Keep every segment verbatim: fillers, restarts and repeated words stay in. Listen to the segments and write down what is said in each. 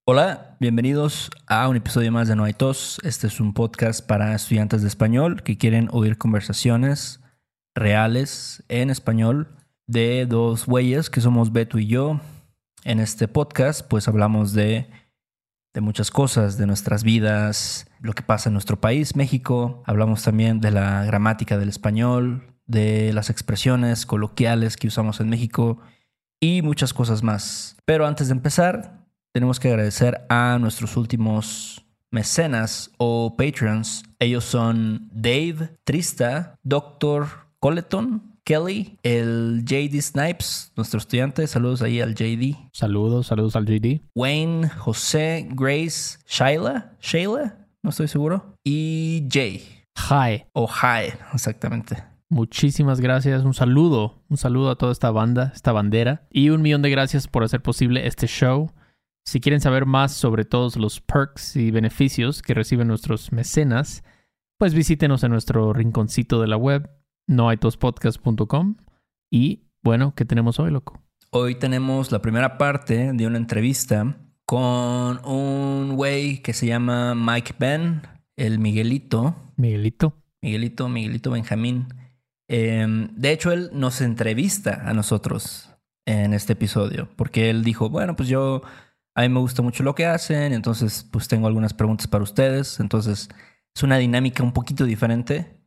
Hola, bienvenidos a un episodio más de No hay tos. Este es un podcast para estudiantes de español que quieren oír conversaciones reales en español de dos güeyes que somos Beto y yo. En este podcast pues hablamos de, de muchas cosas, de nuestras vidas, lo que pasa en nuestro país, México. Hablamos también de la gramática del español, de las expresiones coloquiales que usamos en México y muchas cosas más. Pero antes de empezar, tenemos que agradecer a nuestros últimos mecenas o patrons. Ellos son Dave, Trista, doctor Coleton, Kelly, el J D Snipes, nuestro estudiante. Saludos ahí al J D. Saludos, saludos al J D. Wayne, José, Grace, Shaila, Shaila, no estoy seguro. Y Jay. Hi. O Hi, exactamente. Muchísimas gracias. Un saludo. Un saludo a toda esta banda, esta bandera. Y un millón de gracias por hacer posible este show. Si quieren saber más sobre todos los perks y beneficios que reciben nuestros mecenas, pues visítenos en nuestro rinconcito de la web, no hay tos podcast punto com. Y bueno, ¿qué tenemos hoy, loco? Hoy tenemos la primera parte de una entrevista con un güey que se llama Mike Ben, el Miguelito. Miguelito. Miguelito, Miguelito Benjamín. Eh, de hecho, él nos entrevista a nosotros en este episodio, porque él dijo, bueno, pues yo... A mí me gusta mucho lo que hacen, entonces pues tengo algunas preguntas para ustedes. Entonces es una dinámica un poquito diferente.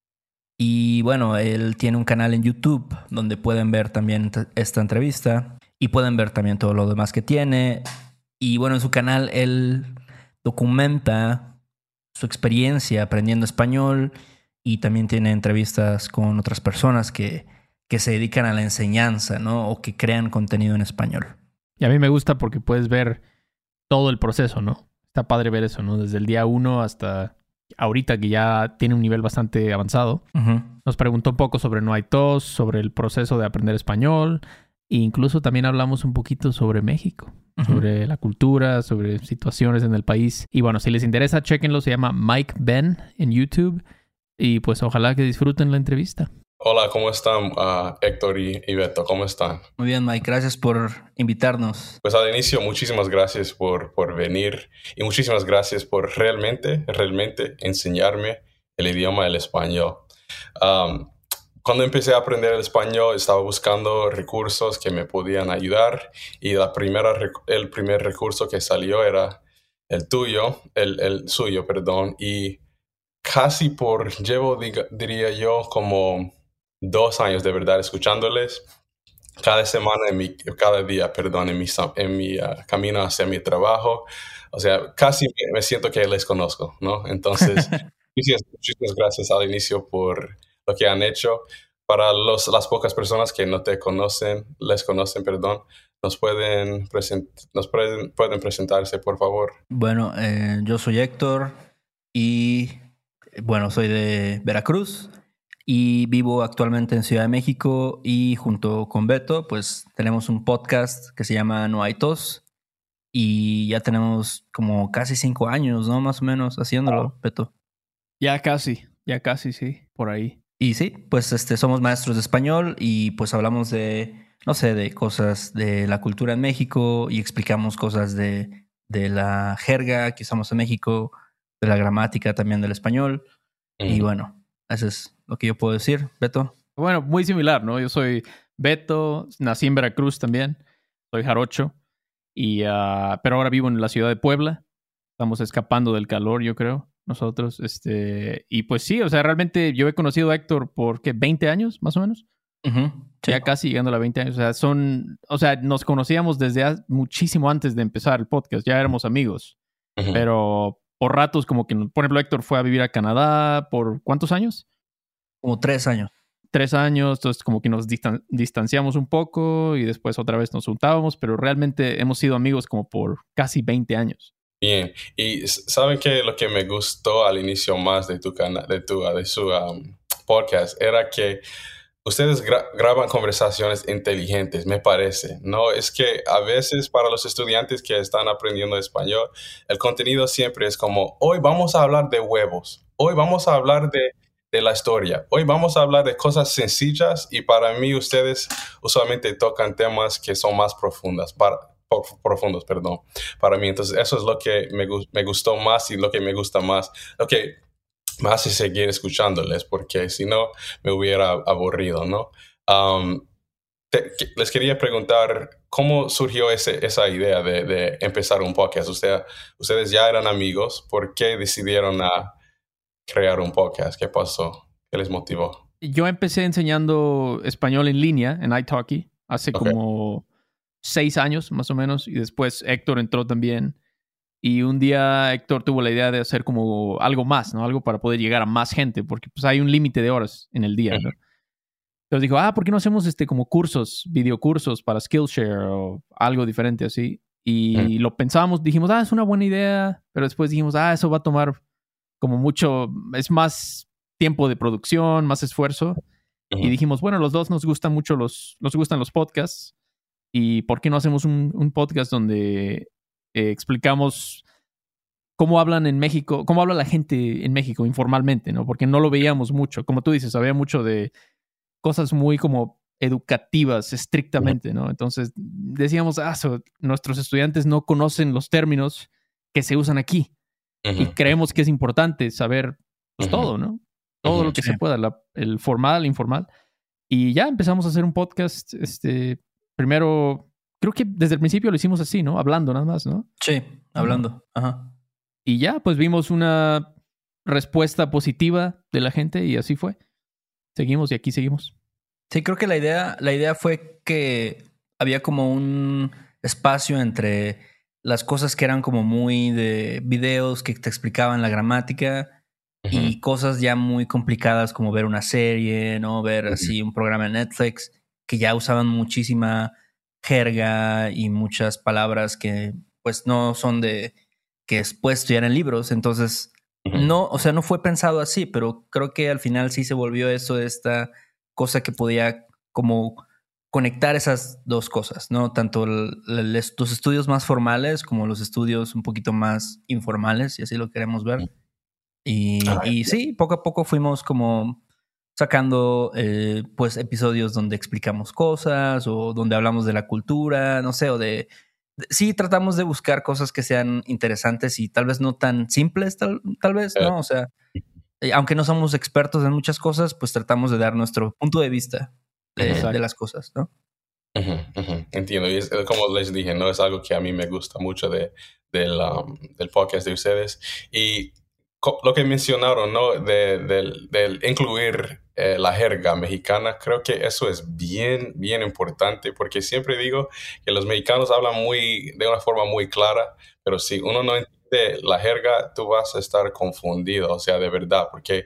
Y bueno, él tiene un canal en YouTube donde pueden ver también esta entrevista y pueden ver también todo lo demás que tiene. Y bueno, en su canal él documenta su experiencia aprendiendo español y también tiene entrevistas con otras personas que, que se dedican a la enseñanza, ¿no? O que crean contenido en español. Y a mí me gusta porque puedes ver todo el proceso, ¿no? Está padre ver eso, ¿no? Desde el día uno hasta ahorita que ya tiene un nivel bastante avanzado. Uh-huh. Nos preguntó un poco sobre No hay tos, sobre el proceso de aprender español. E incluso también hablamos un poquito sobre México, uh-huh. sobre la cultura, sobre situaciones en el país. Y bueno, si les interesa, chéquenlo. Se llama Mike Ben en YouTube. Y pues ojalá que disfruten la entrevista. Hola, ¿cómo están uh, Héctor y, y Beto? ¿Cómo están? Muy bien, Mike. Gracias por invitarnos. Pues al inicio, muchísimas gracias por, por venir y muchísimas gracias por realmente, realmente enseñarme el idioma del español. Um, cuando empecé a aprender el español, estaba buscando recursos que me podían ayudar y la primera, el primer recurso que salió era el tuyo, el, el suyo, perdón, y casi por, llevo, diga, diría yo, como... dos años de verdad escuchándoles cada semana, en mi, cada día, perdón, en mi, en mi uh, camino hacia mi trabajo. O sea, casi me, me siento que les conozco, ¿no? Entonces, muchísimas, muchísimas gracias al inicio por lo que han hecho. Para los, las pocas personas que no te conocen, les conocen, perdón, nos pueden, present, nos pueden, pueden presentarse, por favor. Bueno, eh, yo soy Héctor y, bueno, soy de Veracruz. Y vivo actualmente en Ciudad de México y junto con Beto, pues tenemos un podcast que se llama No hay tos y ya tenemos como casi cinco años, ¿no? Más o menos haciéndolo, Beto. Ya casi, ya casi, sí, por ahí. Y sí, pues este, somos maestros de español y pues hablamos de, no sé, de cosas de la cultura en México y explicamos cosas de, de la jerga que usamos en México, de la gramática también del español. Mm. Y bueno, eso es lo que yo puedo decir, Beto. Bueno, muy similar, ¿no? Yo soy Beto, nací en Veracruz también, soy jarocho, y, uh, pero ahora vivo en la ciudad de Puebla. Estamos escapando del calor, yo creo, nosotros. Este, y pues sí, o sea, realmente yo he conocido a Héctor por, ¿qué? ¿veinte años, más o menos? Uh-huh. Sí. Ya casi llegando a los veinte años. O sea, son, o sea, nos conocíamos desde muchísimo antes de empezar el podcast. Ya éramos amigos. Uh-huh. Pero por ratos como que, por ejemplo, Héctor fue a vivir a Canadá por ¿cuántos años? Como tres años. Tres años, entonces como que nos distan- distanciamos un poco y después otra vez nos juntábamos, pero realmente hemos sido amigos como por casi veinte años. Bien, y ¿saben qué? Lo que me gustó al inicio más de tu canal, de tu, de su um, podcast, era que ustedes gra- graban conversaciones inteligentes, me parece, ¿no? Es que a veces para los estudiantes que están aprendiendo español, el contenido siempre es como, hoy vamos a hablar de huevos, hoy vamos a hablar de de la historia. Hoy vamos a hablar de cosas sencillas y para mí ustedes usualmente tocan temas que son más profundas. Para, profundos, perdón, para mí. Entonces, eso es lo que me, me gustó más y lo que me gusta más. Lo que me hace seguir escuchándoles, porque si no, me hubiera aburrido, ¿no? Um, te, que, les quería preguntar, ¿cómo surgió ese, esa idea de, de empezar un podcast? Usted, ustedes ya eran amigos, ¿por qué decidieron a crear un podcast? ¿Qué pasó? ¿Qué les motivó? Yo empecé enseñando español en línea en italki hace okay. como seis años más o menos, y después Héctor entró también. Y un día Héctor tuvo la idea de hacer como algo más, ¿no? Algo para poder llegar a más gente, porque pues hay un límite de horas en el día, ¿no? Entonces dijo, ah, ¿por qué no hacemos este como cursos, videocursos para Skillshare o algo diferente así? Y mm. lo pensábamos, dijimos, ah, es una buena idea, pero después dijimos, ah, eso va a tomar como mucho, es más tiempo de producción, más esfuerzo. Uh-huh. Y dijimos, bueno, los dos nos gustan mucho los, nos gustan los podcasts, y ¿por qué no hacemos un, un podcast donde eh, explicamos cómo hablan en México, cómo habla la gente en México informalmente, ¿no? Porque no lo veíamos mucho. Como tú dices, había mucho de cosas muy como educativas estrictamente, ¿no? Entonces decíamos, ah, so, nuestros estudiantes no conocen los términos que se usan aquí. Uh-huh. Y creemos que es importante saber pues, uh-huh. todo, ¿no? Todo uh-huh. lo que sí. se pueda, la, el formal, el informal. Y ya empezamos a hacer un podcast, este, primero, creo que desde el principio lo hicimos así, ¿no? Hablando nada más, ¿no? Sí, hablando. Ajá. Y ya, pues vimos una respuesta positiva de la gente y así fue. Seguimos y aquí seguimos. Sí, creo que la idea, la idea fue que había como un espacio entre las cosas que eran como muy de videos que te explicaban la gramática uh-huh. y cosas ya muy complicadas como ver una serie, ¿no? Ver uh-huh. así un programa de Netflix que ya usaban muchísima jerga y muchas palabras que pues no son de que después estudiar en libros. Entonces, uh-huh. no, o sea, no fue pensado así, pero creo que al final sí se volvió eso de esta cosa que podía como conectar esas dos cosas, ¿no? Tanto el, el, los estudios más formales como los estudios un poquito más informales, si así lo queremos ver. Y, ah, y sí, poco a poco fuimos como sacando eh, pues episodios donde explicamos cosas o donde hablamos de la cultura, no sé, o de... de sí, tratamos de buscar cosas que sean interesantes y tal vez no tan simples, tal, tal vez, ¿no? O sea, eh, aunque no somos expertos en muchas cosas, pues tratamos de dar nuestro punto de vista de, de las cosas, ¿no? Uh-huh, uh-huh. Entiendo. Y es, como les dije, ¿no? Es algo que a mí me gusta mucho de, de la, del podcast de ustedes. Y co- lo que mencionaron, ¿no? De, de, de incluir eh, la jerga mexicana, creo que eso es bien, bien importante, porque siempre digo que los mexicanos hablan muy, de una forma muy clara, pero si uno no entiende la jerga, tú vas a estar confundido, o sea, de verdad, porque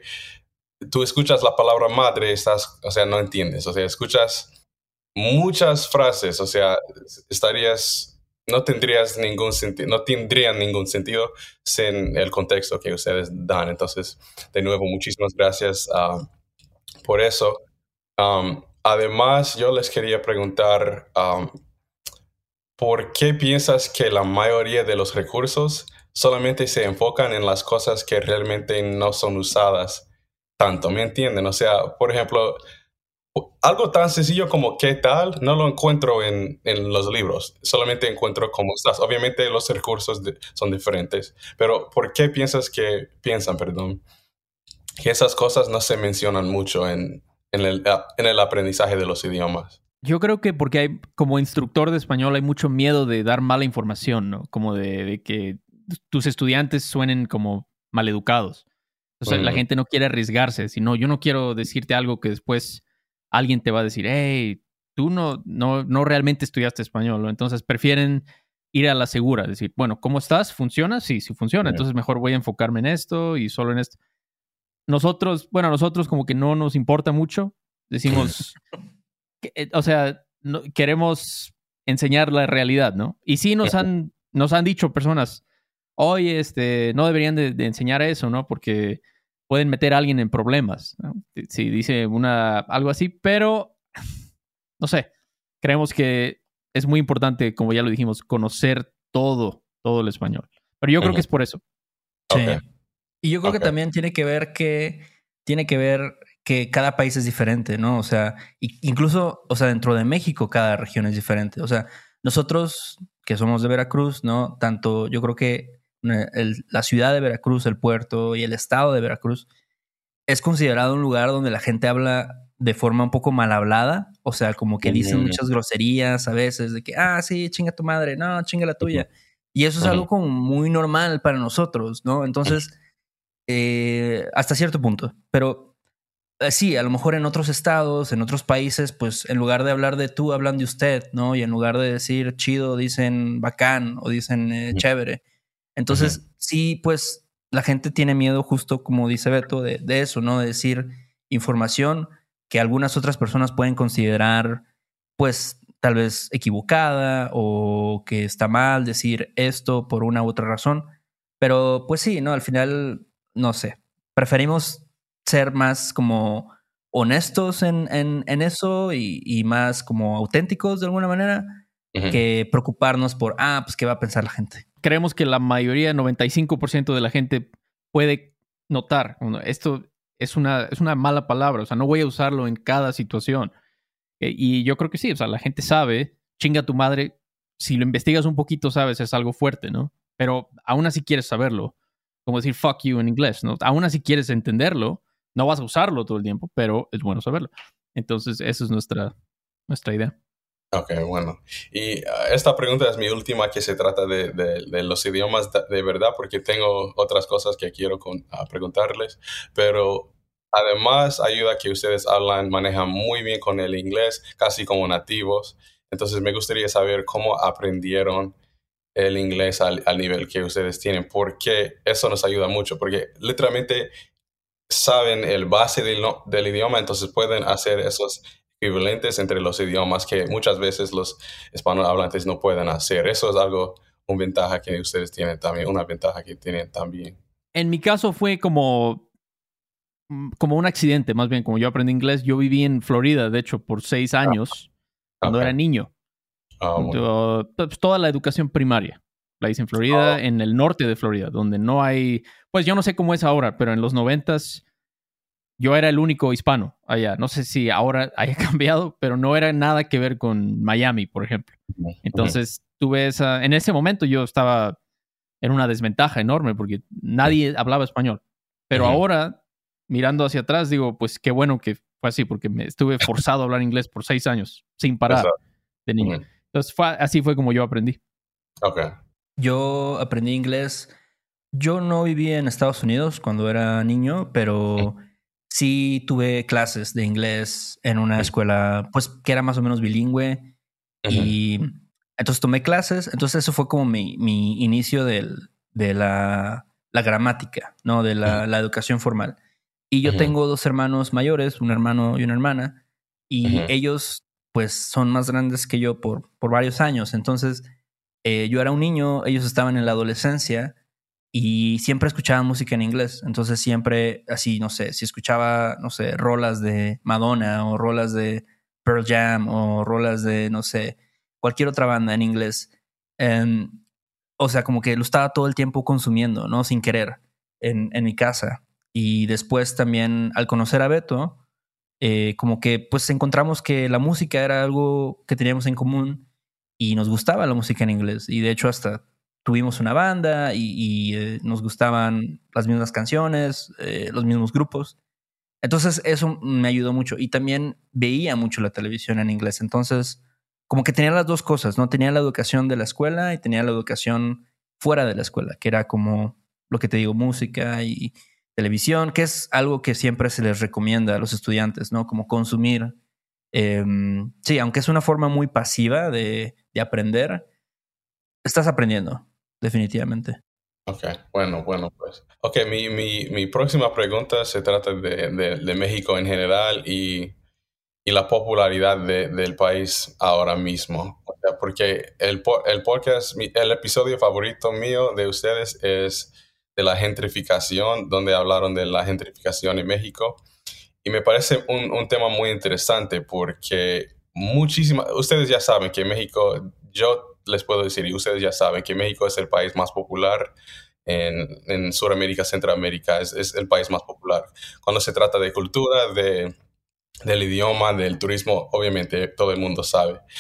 tú escuchas la palabra madre, estás, o sea, no entiendes, o sea, escuchas muchas frases, o sea, estarías, no tendrías ningún sentido, no tendrían ningún sentido sin el contexto que ustedes dan. Entonces, de nuevo, muchísimas gracias uh, por eso. Um, además, yo les quería preguntar, um, ¿por qué piensas que la mayoría de los recursos solamente se enfocan en las cosas que realmente no son usadas tanto? ¿Me entienden? O sea, por ejemplo, algo tan sencillo como ¿qué tal? No lo encuentro en, en los libros. Solamente encuentro cómo estás. Obviamente los recursos de, son diferentes. Pero ¿por qué piensas que, piensan, perdón, que esas cosas no se mencionan mucho en, en, el, en el aprendizaje de los idiomas? Yo creo que porque hay, como instructor de español, hay mucho miedo de dar mala información, ¿no? Como de, de que tus estudiantes suenen como maleducados. O sea, uh-huh. la gente no quiere arriesgarse. Sino, yo no quiero decirte algo que después alguien te va a decir, hey, tú no, no, no realmente estudiaste español, ¿no? Entonces prefieren ir a la segura, decir, bueno, ¿cómo estás? ¿Funciona? Sí, sí funciona. Uh-huh. Entonces mejor voy a enfocarme en esto y solo en esto. Nosotros, bueno, a nosotros como que no nos importa mucho. Decimos, que, o sea, no, queremos enseñar la realidad, ¿no? Y sí nos han, nos han dicho personas, oye, este, no deberían de, de enseñar eso, ¿no? Porque pueden meter a alguien en problemas, ¿no? Si dice una, algo así, pero no sé, creemos que es muy importante, como ya lo dijimos, conocer todo, todo el español. Pero yo creo uh-huh. que es por eso. Okay. Sí. Y yo creo okay. que también tiene que ver que tiene que ver que cada país es diferente, ¿no? O sea, incluso, o sea, dentro de México cada región es diferente. O sea, nosotros que somos de Veracruz, ¿no? Tanto yo creo que el, la ciudad de Veracruz, el puerto y el estado de Veracruz es considerado un lugar donde la gente habla de forma un poco mal hablada, o sea, como que dicen uh-huh. muchas groserías a veces, de que, ah, sí, chinga tu madre, no, chinga la tuya. Uh-huh. Y eso es uh-huh. algo como muy normal para nosotros, ¿no? Entonces, eh, hasta cierto punto. Pero eh, sí, a lo mejor en otros estados, en otros países, pues en lugar de hablar de tú, hablan de usted, ¿no? Y en lugar de decir chido, dicen bacán o dicen eh, uh-huh. chévere. Entonces, uh-huh. sí, pues la gente tiene miedo, justo como dice Beto, de, de eso, ¿no? De decir información que algunas otras personas pueden considerar, pues, tal vez equivocada o que está mal decir esto por una u otra razón. Pero, pues sí, ¿no? Al final, no sé. Preferimos ser más como honestos en, en, en eso y, y más como auténticos de alguna manera uh-huh. que preocuparnos por, ah, pues, ¿qué va a pensar la gente? Creemos que la mayoría, noventa y cinco por ciento de la gente puede notar esto. Es una, es una mala palabra, o sea, no voy a usarlo en cada situación. Eh, y yo creo que sí, o sea, la gente sabe, chinga tu madre, si lo investigas un poquito sabes, es algo fuerte, ¿no? Pero aún así quieres saberlo, como decir fuck you en inglés, ¿no? Aún así quieres entenderlo, no vas a usarlo todo el tiempo, pero es bueno saberlo. Entonces, esa es nuestra, nuestra idea. Ok, bueno. Y uh, esta pregunta es mi última, que se trata de, de, de los idiomas de, de verdad, porque tengo otras cosas que quiero con, uh, preguntarles, pero además ayuda que ustedes hablan, manejan muy bien con el inglés, casi como nativos. Entonces me gustaría saber cómo aprendieron el inglés al, al nivel que ustedes tienen, porque eso nos ayuda mucho, porque literalmente saben el base del, del idioma, entonces pueden hacer esos equivalentes entre los idiomas que muchas veces los hispanohablantes no pueden hacer. Eso es algo, una ventaja que ustedes tienen también, una ventaja que tienen también. En mi caso fue como, como un accidente, más bien, como yo aprendí inglés. Yo viví en Florida, de hecho, por seis años, ah, cuando okay. era niño. Oh, bueno. yo, pues, toda la educación primaria la hice en Florida, oh. en el norte de Florida, donde no hay, pues yo no sé cómo es ahora, pero en los noventas yo era el único hispano allá. No sé si ahora haya cambiado, pero no era nada que ver con Miami, por ejemplo. Entonces, tuve esa... En ese momento yo estaba en una desventaja enorme porque nadie hablaba español. Pero uh-huh. ahora, mirando hacia atrás, digo, pues qué bueno que fue así, porque me estuve forzado a hablar inglés por seis años, sin parar, de niño. Uh-huh. Entonces, fue, así fue como yo aprendí. Ok. Yo aprendí inglés... Yo no viví en Estados Unidos cuando era niño, pero... Uh-huh. Sí tuve clases de inglés en una escuela, pues, que era más o menos bilingüe. Uh-huh. Y entonces tomé clases. Entonces eso fue como mi, mi inicio del, de la, la gramática, ¿no? De la, uh-huh. la educación formal. Y yo uh-huh. tengo dos hermanos mayores, un hermano y una hermana. Y uh-huh. ellos, pues, son más grandes que yo por, por varios años. Entonces, eh, yo era un niño, ellos estaban en la adolescencia. Y siempre escuchaba música en inglés. Entonces siempre así, no sé, si escuchaba, no sé, rolas de Madonna o rolas de Pearl Jam o rolas de, no sé, cualquier otra banda en inglés. Eh, o sea, como que lo estaba todo el tiempo consumiendo, ¿no? Sin querer, en, en mi casa. Y después también, al conocer a Beto, eh, como que pues encontramos que la música era algo que teníamos en común y nos gustaba la música en inglés. Y de hecho hasta... tuvimos una banda y, y eh, nos gustaban las mismas canciones, eh, los mismos grupos. Entonces eso me ayudó mucho. Y también veía mucho la televisión en inglés. Entonces como que tenía las dos cosas, ¿no? Tenía la educación de la escuela y tenía la educación fuera de la escuela, que era como lo que te digo, música y televisión, que es algo que siempre se les recomienda a los estudiantes, ¿no? Como consumir. Eh, sí, aunque es una forma muy pasiva de, de aprender, estás aprendiendo. Definitivamente. Ok, bueno, bueno, pues. Ok, mi, mi, mi próxima pregunta se trata de, de, de México en general y, y la popularidad de, del país ahora mismo. O sea, porque el, el podcast, el episodio favorito mío de ustedes es de la gentrificación, donde hablaron de la gentrificación en México. Y me parece un, un tema muy interesante porque muchísimas... Ustedes ya saben que México... yo les puedo decir, y ustedes ya saben, que México es el país más popular en, en Sudamérica, Centroamérica, es, es el país más popular. Cuando se trata de cultura, de, del idioma, del turismo, obviamente todo el mundo sabe.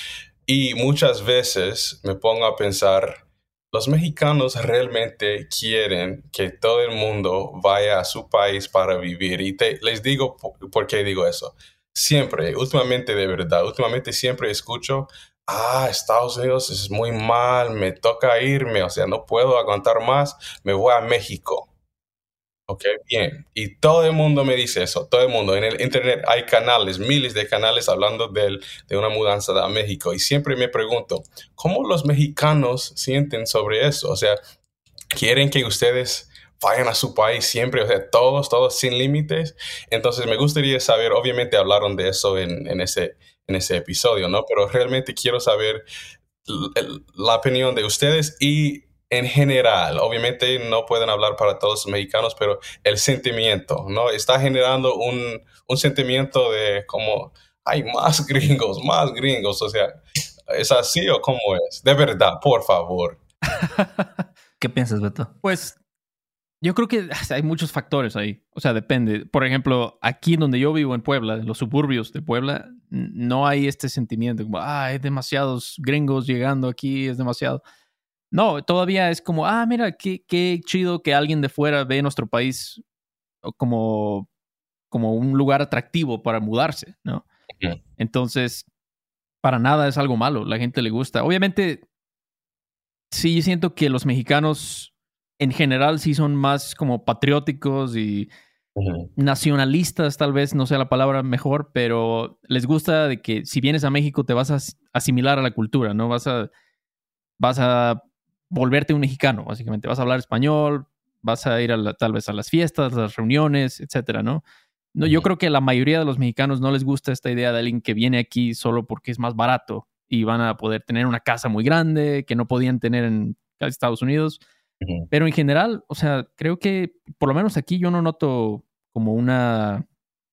Y muchas veces me pongo a pensar, los mexicanos realmente quieren que todo el mundo vaya a su país para vivir. Y te, les digo por, por qué digo eso. Siempre, últimamente de verdad, últimamente siempre escucho, ah, Estados Unidos es muy mal, me toca irme, o sea, no puedo aguantar más, me voy a México. Ok, bien. Y todo el mundo me dice eso, todo el mundo. En el internet hay canales, miles de canales hablando del- de una mudanza a México. Y siempre me pregunto, ¿cómo los mexicanos sienten sobre eso? O sea, ¿quieren que ustedes vayan a su país siempre? O sea, todos, todos sin límites. Entonces me gustaría saber, obviamente hablaron de eso en, en ese, en ese episodio, ¿no? Pero realmente quiero saber l- el- la opinión de ustedes y en general, obviamente no pueden hablar para todos los mexicanos, pero el sentimiento, ¿no? Está generando un, un sentimiento de como, hay más gringos, más gringos, o sea, ¿es así o cómo es? De verdad, por favor. ¿Qué piensas, Beto? Pues yo creo que hay muchos factores ahí. O sea, depende. Por ejemplo, aquí donde yo vivo en Puebla, en los suburbios de Puebla, n- no hay este sentimiento como, ah, hay demasiados gringos llegando aquí, es demasiado. No, todavía es como, ah, mira, qué, qué chido que alguien de fuera ve nuestro país como, como un lugar atractivo para mudarse, ¿no? Ujú, Entonces, para nada es algo malo. La gente le gusta. Obviamente, sí siento que los mexicanos en general sí son más como patrióticos y ujú, nacionalistas, tal vez no sea la palabra mejor, pero les gusta de que si vienes a México te vas a as- asimilar a la cultura, ¿no? Vas a, vas a volverte un mexicano, básicamente. Vas a hablar español, vas a ir a la- tal vez a las fiestas, las reuniones, etcétera, ¿no? No, yo ujú, creo que a la mayoría de los mexicanos no les gusta esta idea de alguien que viene aquí solo porque es más barato y van a poder tener una casa muy grande que no podían tener en Estados Unidos. ujú. Pero en general, o sea, creo que por lo menos aquí yo no noto como una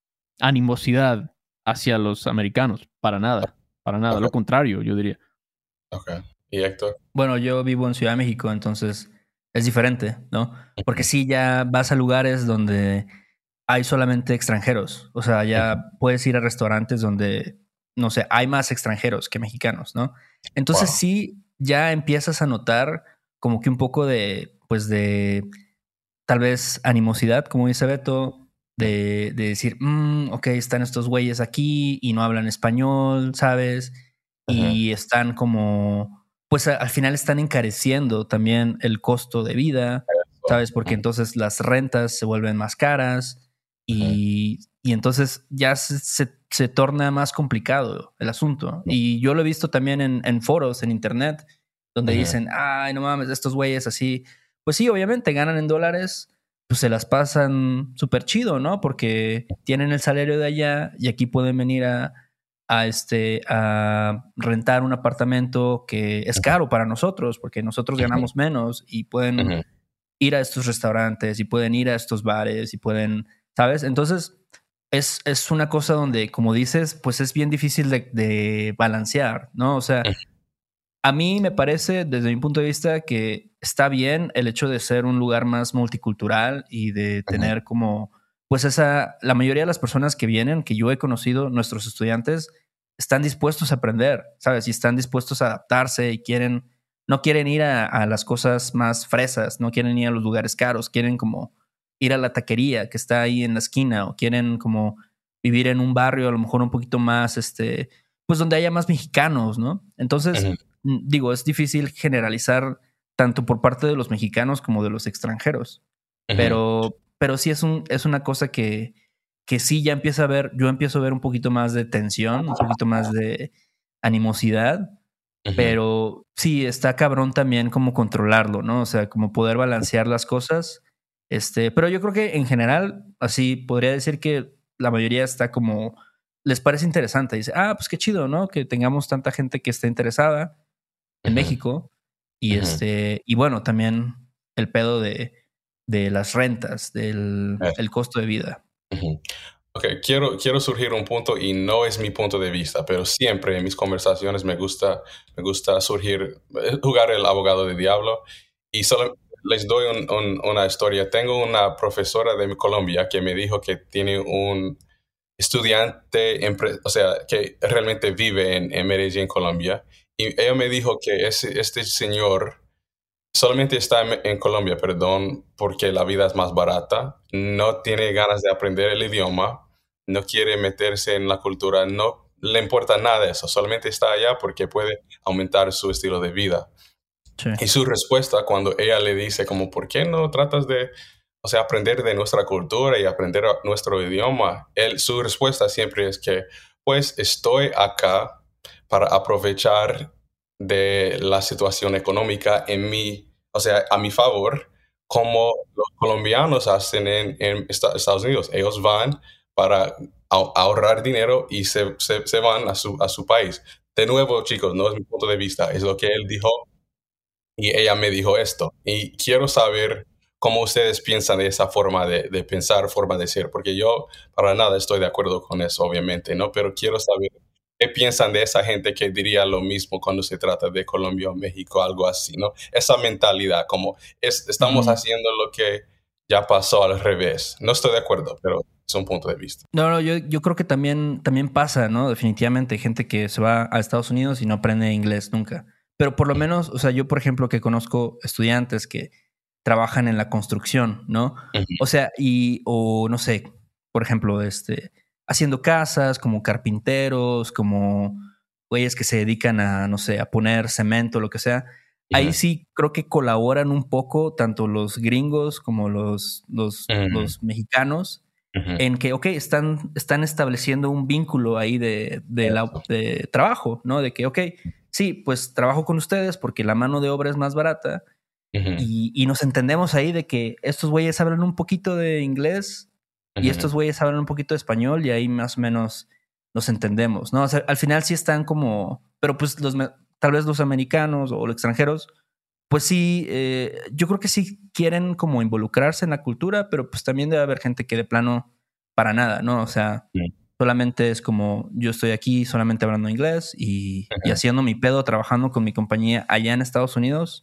animosidad hacia los americanos, para nada, para nada, Ok, lo contrario, yo diría. ok. ¿Y Héctor? Bueno, yo vivo en Ciudad de México, entonces es diferente, ¿no? Porque Ujú, sí, ya vas a lugares donde hay solamente extranjeros. O sea, ujú. ya puedes ir a restaurantes donde, no sé, hay más extranjeros que mexicanos, ¿no? Entonces Wow. sí, ya empiezas a notar como que un poco de, pues de, tal vez animosidad, como dice Beto, de, de decir, "Mm, ok, están estos güeyes aquí y no hablan español, ¿sabes? Ujú, Y están como, pues a- al final están encareciendo también el costo de vida, eso. ¿sabes? Porque Ujú, entonces las rentas se vuelven más caras ujú, y, y entonces ya se, se- se torna más complicado el asunto. Y yo lo he visto también en, en foros, en internet, donde ujú, dicen, ay, no mames, estos güeyes así pues sí, obviamente ganan en dólares, pues se las pasan súper chido, ¿no? Porque tienen el salario de allá y aquí pueden venir a, a, este, a rentar un apartamento que es caro para nosotros, porque nosotros ujú, ganamos menos y pueden ujú, ir a estos restaurantes y pueden ir a estos bares y pueden, ¿sabes? Entonces es, es una cosa donde, como dices, pues es bien difícil de, de balancear, ¿no? O sea, a mí me parece, desde mi punto de vista, que está bien el hecho de ser un lugar más multicultural y de ujú, tener como, pues esa, la mayoría de las personas que vienen, que yo he conocido, nuestros estudiantes, están dispuestos a aprender, ¿sabes? Y están dispuestos a adaptarse y quieren, no quieren ir a, a las cosas más fresas, no quieren ir a los lugares caros, quieren como ir a la taquería que está ahí en la esquina o quieren como vivir en un barrio a lo mejor un poquito más, este, pues donde haya más mexicanos, ¿no? Entonces, ujú, mm, digo, es difícil generalizar tanto por parte de los mexicanos como de los extranjeros, ujú, pero, pero sí es, un, es una cosa que, que sí ya empieza a ver, yo empiezo a ver un poquito más de tensión, un poquito más de animosidad, ujú. pero sí está cabrón también como controlarlo, ¿no? O sea, como poder balancear las cosas. Este, pero yo creo que en general, así podría decir que la mayoría está como, les parece interesante. Dice, ah, pues qué chido, ¿no? Que tengamos tanta gente que esté interesada en Ujú, México. Y ujú. este, y bueno, también el pedo de, de las rentas, del Eh, el costo de vida. ujú. Ok, quiero, quiero surgir un punto y no es mi punto de vista, pero siempre en mis conversaciones me gusta, me gusta surgir, eh, jugar el abogado del diablo y solo les doy un- un- una historia. Tengo una profesora de Colombia que me dijo que tiene un estudiante, empre- o sea, que realmente vive en, en Medellín, Colombia, Y ella me dijo que ese, este señor solamente está en, en Colombia, perdón, porque la vida es más barata, no tiene ganas de aprender el idioma, no quiere meterse en la cultura, no le importa nada de eso, solamente está allá porque puede aumentar su estilo de vida. Sí. Y su respuesta cuando ella le dice como, ¿por qué no tratas de, o sea, aprender de nuestra cultura y aprender nuestro idioma? Él, su respuesta siempre es que, pues estoy acá para aprovechar de la situación económica en mi, o sea, a mi favor, como los colombianos hacen en, en Estados Unidos. Ellos van para ahorrar dinero y se, se, se van a su, a su país. De nuevo, chicos, no es mi punto de vista, es lo que él dijo. Y ella me dijo esto. Y quiero saber cómo ustedes piensan de esa forma de, de pensar, forma de ser, porque yo para nada estoy de acuerdo con eso, obviamente, ¿no? Pero quiero saber qué piensan de esa gente que diría lo mismo cuando se trata de Colombia o México, algo así, ¿no? Esa mentalidad, como es, estamos Mm. haciendo lo que ya pasó al revés. No estoy de acuerdo, pero es un punto de vista. No, no, yo, yo creo que también, también pasa, ¿no? Definitivamente hay gente que se va a Estados Unidos y no aprende inglés nunca. Pero por lo menos, o sea, yo, por ejemplo, que conozco estudiantes que trabajan en la construcción, ¿no? Ujú. O sea, y, o no sé, por ejemplo, este, haciendo casas, como carpinteros, como güeyes que se dedican a, no sé, a poner cemento, lo que sea. Ahí Ujú. sí creo que colaboran un poco tanto los gringos como los, los, Ujú. los mexicanos Ujú. en que, ok, están, están estableciendo un vínculo ahí de, de, la, Eso. de trabajo, ¿no? De que, ok, sí, pues trabajo con ustedes porque la mano de obra es más barata Ujú. y, y nos entendemos ahí de que estos güeyes hablan un poquito de inglés y Ujú. estos güeyes hablan un poquito de español y ahí más o menos nos entendemos, ¿no? O sea, al final sí están como, pero pues los, me- tal vez los americanos o los extranjeros, pues sí, eh, yo creo que sí quieren como involucrarse en la cultura, pero pues también debe haber gente que de plano para nada, ¿no? O sea, Ujú. solamente es como yo estoy aquí solamente hablando inglés y, y Ujú. haciendo mi pedo, trabajando con mi compañía allá en Estados Unidos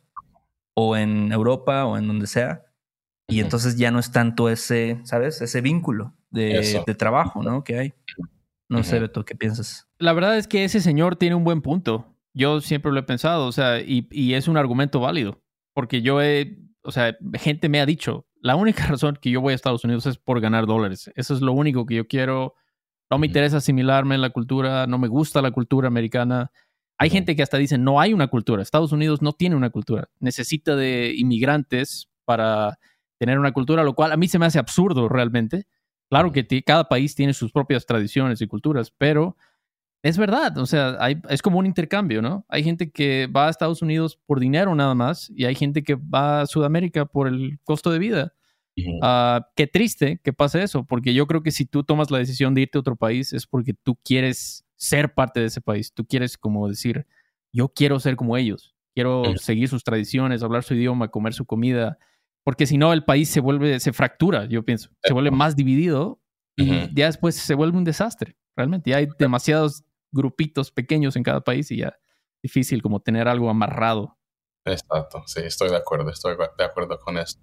o en Europa o en donde sea. Y Ujú. entonces ya no es tanto ese, ¿sabes? Ese vínculo de, Eso. de trabajo, ¿no? Que hay. No sé, Ujú. Beto, ¿qué piensas? La verdad es que ese señor tiene un buen punto. Yo siempre lo he pensado, o sea, y, y es un argumento válido. Porque yo he, o sea, gente me ha dicho, la única razón que yo voy a Estados Unidos es por ganar dólares. Eso es lo único que yo quiero. No me Ujú. interesa asimilarme en la cultura, no me gusta la cultura americana. Hay Ujú. gente que hasta dice, no hay una cultura. Estados Unidos no tiene una cultura. Necesita de inmigrantes para tener una cultura, lo cual a mí se me hace absurdo realmente. Claro que ti- cada país tiene sus propias tradiciones y culturas, pero es verdad, o sea, hay, es como un intercambio, ¿no? Hay gente que va a Estados Unidos por dinero nada más y hay gente que va a Sudamérica por el costo de vida. Ujú. Ah, qué triste que pase eso, porque yo creo que si tú tomas la decisión de irte a otro país es porque tú quieres ser parte de ese país, tú quieres como decir, yo quiero ser como ellos, quiero Ujú. seguir sus tradiciones, hablar su idioma, comer su comida, porque si no el país se vuelve, se fractura, yo pienso, se vuelve más dividido y Ujú. ya después se vuelve un desastre, realmente, ya hay demasiados grupitos pequeños en cada país y ya difícil como tener algo amarrado. Exacto, sí, estoy de acuerdo, estoy de acuerdo con eso.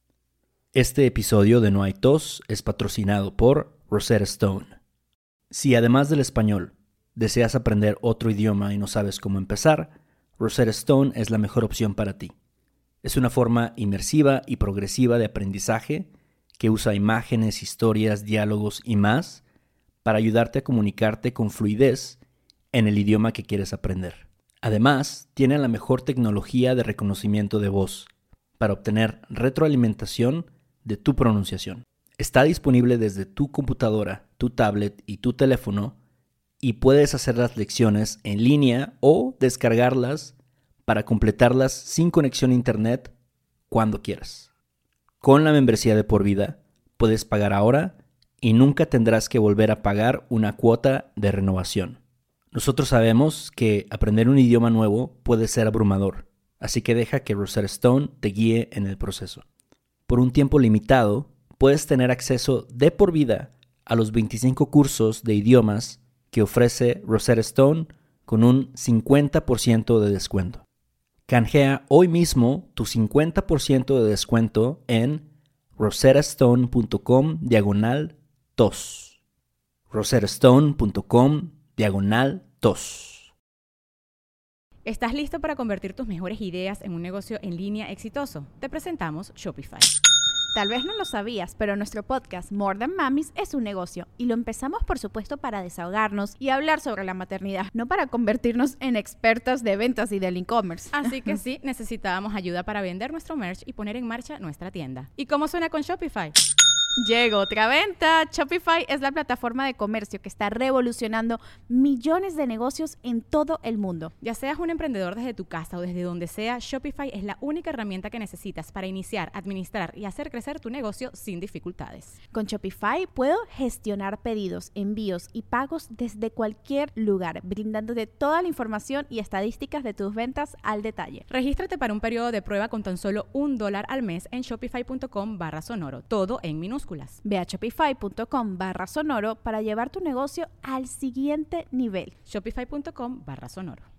Este episodio de No hay tos es patrocinado por Rosetta Stone. Si además del español deseas aprender otro idioma y no sabes cómo empezar, Rosetta Stone es la mejor opción para ti. Es una forma inmersiva y progresiva de aprendizaje que usa imágenes, historias, diálogos y más para ayudarte a comunicarte con fluidez en el idioma que quieres aprender. Además, tiene la mejor tecnología de reconocimiento de voz para obtener retroalimentación de tu pronunciación. Está disponible desde tu computadora, tu tablet y tu teléfono y puedes hacer las lecciones en línea o descargarlas para completarlas sin conexión a internet cuando quieras. Con la membresía de por vida puedes pagar ahora y nunca tendrás que volver a pagar una cuota de renovación. Nosotros sabemos que aprender un idioma nuevo puede ser abrumador, así que deja que Rosetta Stone te guíe en el proceso. Por un tiempo limitado, puedes tener acceso de por vida a los veinticinco cursos de idiomas que ofrece Rosetta Stone con un cincuenta por ciento de descuento. Canjea hoy mismo tu cincuenta por ciento de descuento en rosettastone.com diagonal tos. rosettastone.com diagonal tos. ¿Estás listo para convertir tus mejores ideas en un negocio en línea exitoso? Te presentamos Shopify. Tal vez no lo sabías, pero nuestro podcast More Than Mamis es un negocio y lo empezamos por supuesto para desahogarnos y hablar sobre la maternidad, no para convertirnos en expertas de ventas y del e-commerce. Así que sí, necesitábamos ayuda para vender nuestro merch y poner en marcha nuestra tienda. ¿Y cómo suena con Shopify? Llegó otra venta. Shopify es la plataforma de comercio que está revolucionando millones de negocios en todo el mundo. Ya seas un emprendedor desde tu casa o desde donde sea, Shopify es la única herramienta que necesitas para iniciar, administrar y hacer crecer tu negocio sin dificultades. Con Shopify puedo gestionar pedidos, envíos y pagos desde cualquier lugar, brindándote toda la información y estadísticas de tus ventas al detalle. Regístrate para un periodo de prueba con tan solo un dólar al mes en shopify.com barra sonoro, todo en minúsculas. Ve a shopify.com barra sonoro para llevar tu negocio al siguiente nivel. Shopify.com barra sonoro.